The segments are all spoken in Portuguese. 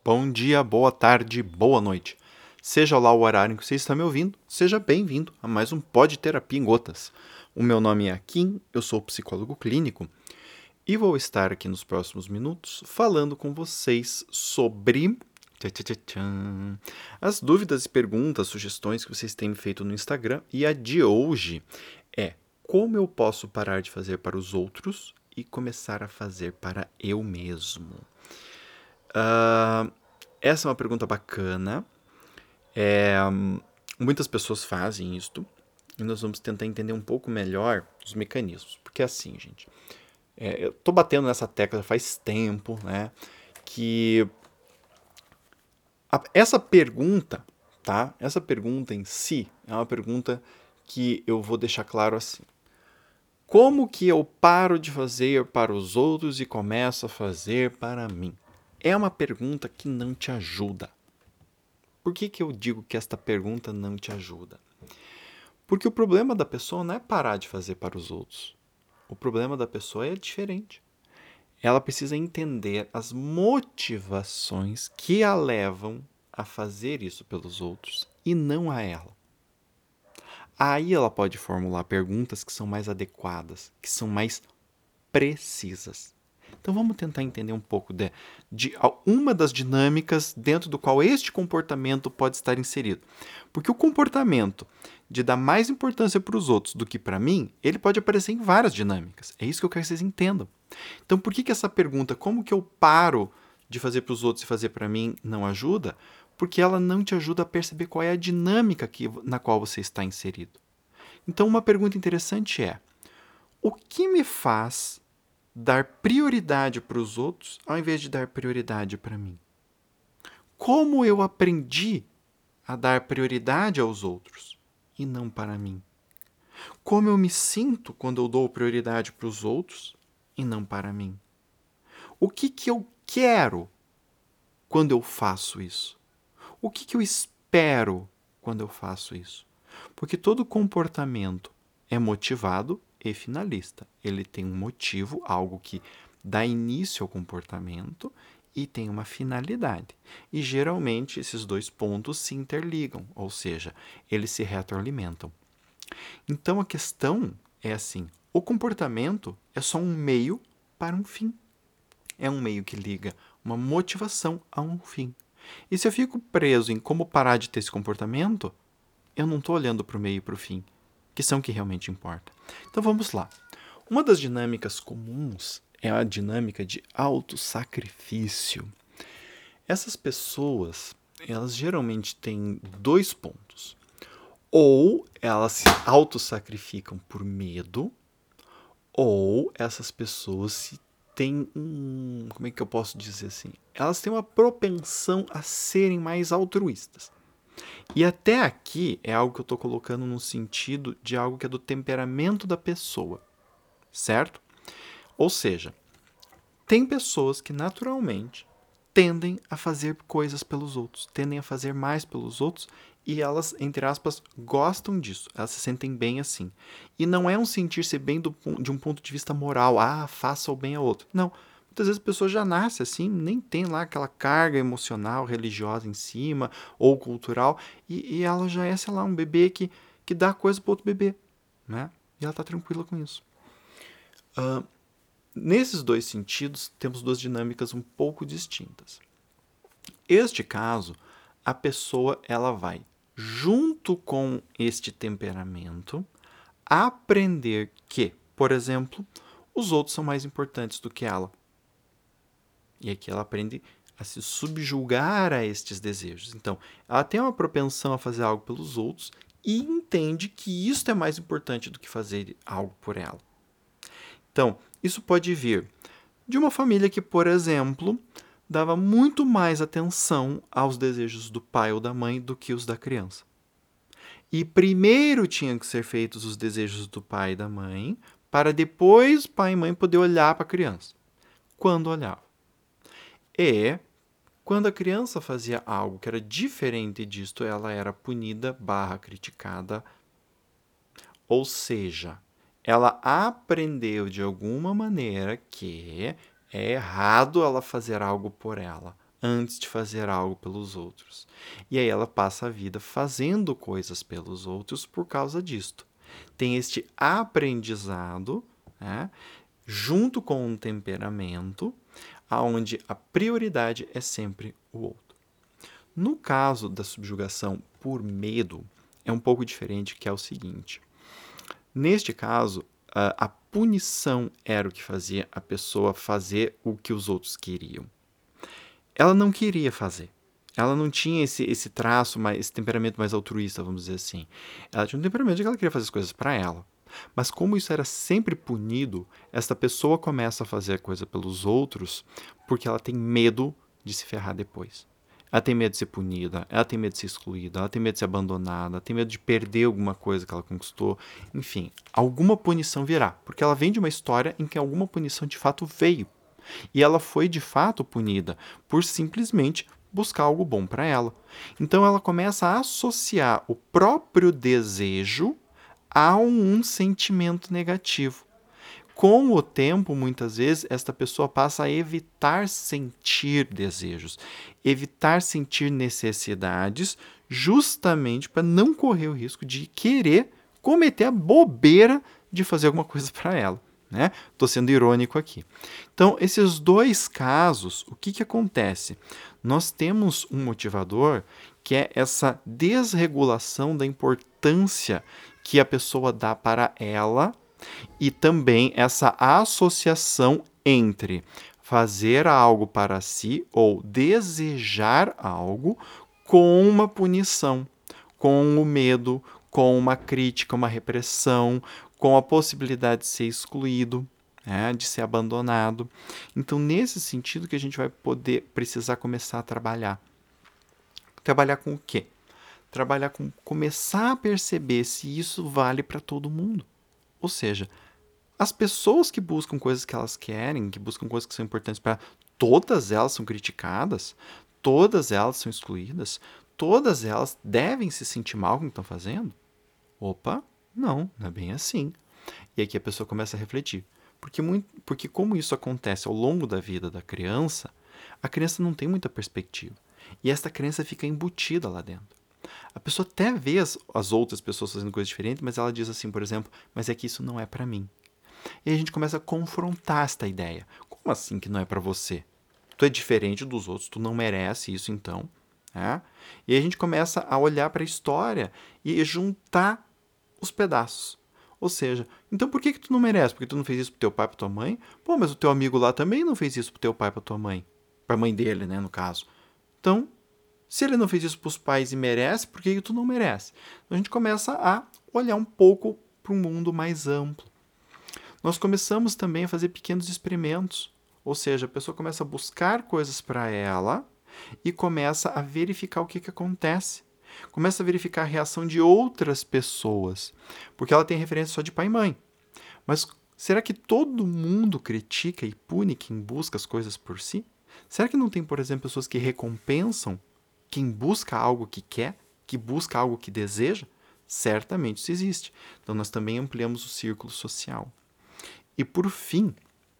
Bom dia, boa tarde, boa noite. Seja lá o horário em que você está me ouvindo, seja bem-vindo a mais um Pod Terapia em Gotas. O meu nome é Kim, eu sou psicólogo clínico e vou estar aqui nos próximos minutos falando com vocês sobre as dúvidas e perguntas, sugestões que vocês têm me feito no Instagram. E a de hoje é como eu posso parar de fazer para os outros e começar a fazer para eu mesmo. Essa é uma pergunta bacana. Muitas pessoas fazem isto e nós vamos tentar entender um pouco melhor os mecanismos. Porque assim, gente, eu tô batendo nessa tecla faz tempo, né? Que essa pergunta, tá? Essa pergunta em si é uma pergunta que eu vou deixar claro assim. Como que eu paro de fazer para os outros e começo a fazer para mim? É uma pergunta que não te ajuda. Por que eu digo que esta pergunta não te ajuda? Porque o problema da pessoa não é parar de fazer para os outros. O problema da pessoa é diferente. Ela precisa entender as motivações que a levam a fazer isso pelos outros e não a ela. Aí ela pode formular perguntas que são mais adequadas, que são mais precisas. Então vamos tentar entender um pouco de uma das dinâmicas dentro do qual este comportamento pode estar inserido. Porque o comportamento de dar mais importância para os outros do que para mim, ele pode aparecer em várias dinâmicas. É isso que eu quero que vocês entendam. Então por que essa pergunta, como que eu paro de fazer para os outros e fazer para mim, não ajuda? Porque ela não te ajuda a perceber qual é a dinâmica na qual você está inserido. Então uma pergunta interessante é: o que me faz dar prioridade para os outros ao invés de dar prioridade para mim? Como eu aprendi a dar prioridade aos outros e não para mim? Como eu me sinto quando eu dou prioridade para os outros e não para mim? O que eu quero quando eu faço isso? O que eu espero quando eu faço isso? Porque todo comportamento é motivado e finalista. Ele tem um motivo, algo que dá início ao comportamento e tem uma finalidade. E geralmente esses dois pontos se interligam, ou seja, eles se retroalimentam. Então a questão é assim: o comportamento é só um meio para um fim. É um meio que liga uma motivação a um fim. E se eu fico preso em como parar de ter esse comportamento, eu não estou olhando para o meio e para o fim, que são o que realmente importa. Então vamos lá. Uma das dinâmicas comuns é a dinâmica de autossacrifício. Essas pessoas, elas geralmente têm dois pontos. Ou elas se autossacrificam por medo, ou essas pessoas têm como é que eu posso dizer assim? Elas têm uma propensão a serem mais altruístas. E até aqui é algo que eu estou colocando no sentido de algo que é do temperamento da pessoa, certo? Ou seja, tem pessoas que naturalmente tendem a fazer coisas pelos outros, tendem a fazer mais pelos outros e elas, entre aspas, gostam disso, elas se sentem bem assim. E não é um sentir-se bem de um ponto de vista moral, faça o bem ao outro. Não. Muitas vezes a pessoa já nasce assim, nem tem lá aquela carga emocional, religiosa em cima, ou cultural, e ela já é, sei lá, um bebê que dá coisa para outro bebê, né? E ela está tranquila com isso. Nesses dois sentidos, temos duas dinâmicas um pouco distintas. Este caso, a pessoa ela vai, junto com este temperamento, aprender que, por exemplo, os outros são mais importantes do que ela. E aqui ela aprende a se subjugar a estes desejos. Então, ela tem uma propensão a fazer algo pelos outros e entende que isso é mais importante do que fazer algo por ela. Então, isso pode vir de uma família que, por exemplo, dava muito mais atenção aos desejos do pai ou da mãe do que os da criança. E primeiro tinham que ser feitos os desejos do pai e da mãe, para depois pai e mãe poder olhar para a criança. Quando olhava. E quando a criança fazia algo que era diferente disto, ela era punida / criticada. Ou seja, ela aprendeu de alguma maneira que é errado ela fazer algo por ela. antes de fazer algo pelos outros. E aí ela passa a vida fazendo coisas pelos outros por causa disto. Tem este aprendizado, né, junto com um temperamento, onde a prioridade é sempre o outro. No caso da subjugação por medo, é um pouco diferente, que é o seguinte. Neste caso, a punição era o que fazia a pessoa fazer o que os outros queriam. Ela não queria fazer. Ela não tinha esse traço, esse temperamento mais altruísta, vamos dizer assim. Ela tinha um temperamento de que ela queria fazer as coisas para ela. Mas como isso era sempre punido, esta pessoa começa a fazer a coisa pelos outros porque ela tem medo de se ferrar depois. Ela tem medo de ser punida, ela tem medo de ser excluída, ela tem medo de ser abandonada, ela tem medo de perder alguma coisa que ela conquistou. Enfim, alguma punição virá, porque ela vem de uma história em que alguma punição de fato veio. E ela foi de fato punida por simplesmente buscar algo bom para ela. Então ela começa a associar o próprio desejo a um sentimento negativo. Com o tempo, muitas vezes, esta pessoa passa a evitar sentir desejos, evitar sentir necessidades, justamente para não correr o risco de querer cometer a bobeira de fazer alguma coisa para ela. Estou sendo irônico aqui. Então, esses dois casos, o que acontece? Nós temos um motivador que é essa desregulação da importância que a pessoa dá para ela e também essa associação entre fazer algo para si ou desejar algo com uma punição, com o medo, com uma crítica, uma repressão, com a possibilidade de ser excluído, de ser abandonado. Então, nesse sentido que a gente vai precisar começar a trabalhar. Trabalhar com o quê? Trabalhar com começar a perceber se isso vale para todo mundo. Ou seja, as pessoas que buscam coisas que elas querem, que buscam coisas que são importantes para todas elas são criticadas, todas elas são excluídas, todas elas devem se sentir mal com o que estão fazendo? Opa, não é bem assim. E aqui a pessoa começa a refletir. Porque como isso acontece ao longo da vida da criança, a criança não tem muita perspectiva. E esta crença fica embutida lá dentro. A pessoa até vê as outras pessoas fazendo coisas diferentes, mas ela diz assim, por exemplo, mas é que isso não é para mim. E a gente começa a confrontar esta ideia. Como assim que não é para você? Tu é diferente dos outros, tu não merece isso então. E aí a gente começa a olhar para a história e juntar os pedaços. Ou seja, então por que tu não merece? Porque tu não fez isso pro teu pai e pra tua mãe? Pô, mas o teu amigo lá também não fez isso pro teu pai e pra tua mãe. Pra mãe dele, né, no caso. Então, se ele não fez isso pros pais e merece, por que tu não merece? Então a gente começa a olhar um pouco para um mundo mais amplo. Nós começamos também a fazer pequenos experimentos. Ou seja, a pessoa começa a buscar coisas para ela e começa a verificar o que acontece. Começa a verificar a reação de outras pessoas, porque ela tem referência só de pai e mãe. Mas será que todo mundo critica e pune quem busca as coisas por si? Será que não tem, por exemplo, pessoas que recompensam quem busca algo que quer, que busca algo que deseja? Certamente isso existe. Então nós também ampliamos o círculo social. E por fim,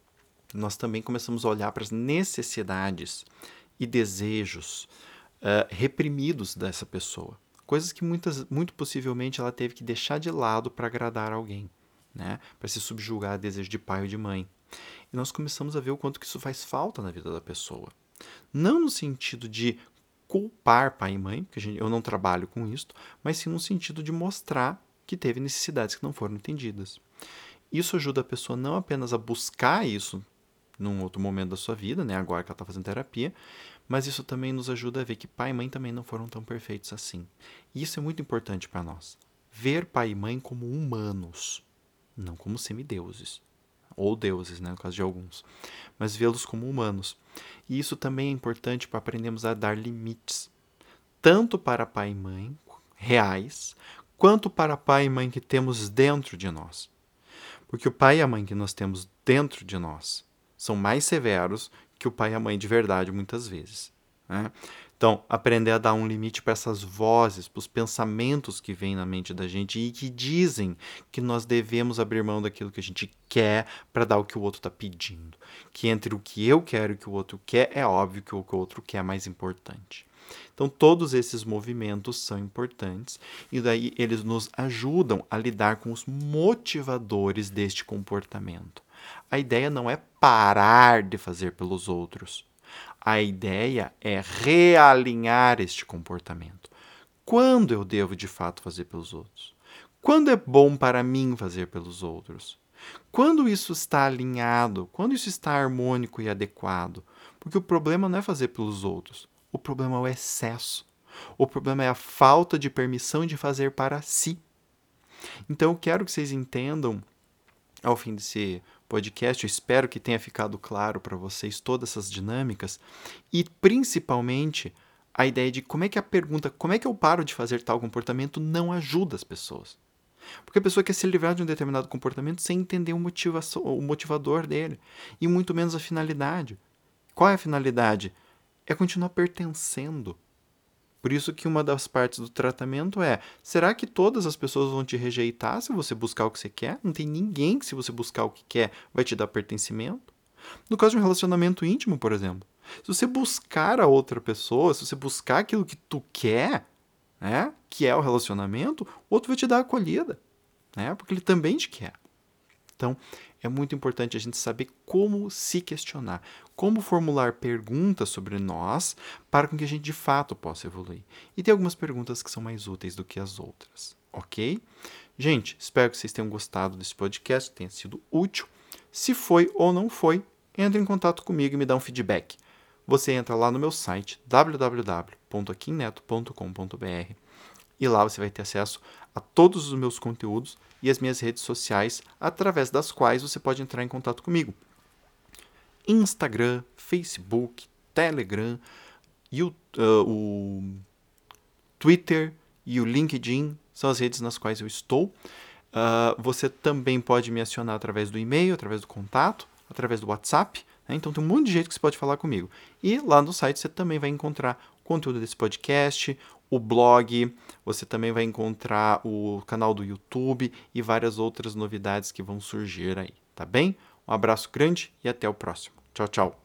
nós também começamos a olhar para as necessidades e desejos reprimidos dessa pessoa. Coisas que muito possivelmente ela teve que deixar de lado para agradar alguém, para se subjugar a desejo de pai ou de mãe. E nós começamos a ver o quanto que isso faz falta na vida da pessoa. Não no sentido de culpar pai e mãe, porque eu não trabalho com isso, mas sim no sentido de mostrar que teve necessidades que não foram entendidas. Isso ajuda a pessoa não apenas a buscar isso num outro momento da sua vida, agora que ela está fazendo terapia, mas isso também nos ajuda a ver que pai e mãe também não foram tão perfeitos assim. E isso é muito importante para nós. Ver pai e mãe como humanos, não como semideuses. Ou deuses, no caso de alguns. Mas vê-los como humanos. E isso também é importante para aprendermos a dar limites. Tanto para pai e mãe reais, quanto para pai e mãe que temos dentro de nós. Porque o pai e a mãe que nós temos dentro de nós são mais severos que o pai e a mãe de verdade, muitas vezes. né? Então, aprender a dar um limite para essas vozes, para os pensamentos que vêm na mente da gente e que dizem que nós devemos abrir mão daquilo que a gente quer para dar o que o outro está pedindo. Que entre o que eu quero e o que o outro quer, é óbvio que o que o outro quer é mais importante. Então, todos esses movimentos são importantes e daí eles nos ajudam a lidar com os motivadores deste comportamento. A ideia não é parar de fazer pelos outros. A ideia é realinhar este comportamento. Quando eu devo de fato fazer pelos outros? Quando é bom para mim fazer pelos outros? Quando isso está alinhado? Quando isso está harmônico e adequado? Porque o problema não é fazer pelos outros. O problema é o excesso. O problema é a falta de permissão de fazer para si. Então eu quero que vocês entendam, ao fim desse podcast, eu espero que tenha ficado claro para vocês todas essas dinâmicas e principalmente a ideia de como é que a pergunta, como é que eu paro de fazer tal comportamento, não ajuda as pessoas. Porque a pessoa quer se livrar de um determinado comportamento sem entender o motivador dele e muito menos a finalidade. Qual é a finalidade? É continuar pertencendo. Por isso que uma das partes do tratamento é, será que todas as pessoas vão te rejeitar se você buscar o que você quer? Não tem ninguém que, se você buscar o que quer, vai te dar pertencimento. No caso de um relacionamento íntimo, por exemplo, se você buscar a outra pessoa, se você buscar aquilo que tu quer, né, que é o relacionamento, o outro vai te dar acolhida, né, porque ele também te quer. Então, é muito importante a gente saber como se questionar, como formular perguntas sobre nós para que a gente de fato possa evoluir. E tem algumas perguntas que são mais úteis do que as outras, ok? Gente, espero que vocês tenham gostado desse podcast, que tenha sido útil. Se foi ou não foi, entre em contato comigo e me dá um feedback. Você entra lá no meu site www.aquinneto.com.br e lá você vai ter acesso a todos os meus conteúdos e as minhas redes sociais, através das quais você pode entrar em contato comigo. Instagram, Facebook, Telegram, o Twitter e o LinkedIn são as redes nas quais eu estou. Você também pode me acionar através do e-mail, através do contato, através do WhatsApp. Né? Então tem um monte de jeito que você pode falar comigo. E lá no site você também vai encontrar o conteúdo desse podcast, o blog, você também vai encontrar o canal do YouTube e várias outras novidades que vão surgir aí, tá bem? Um abraço grande e até o próximo. Tchau, tchau.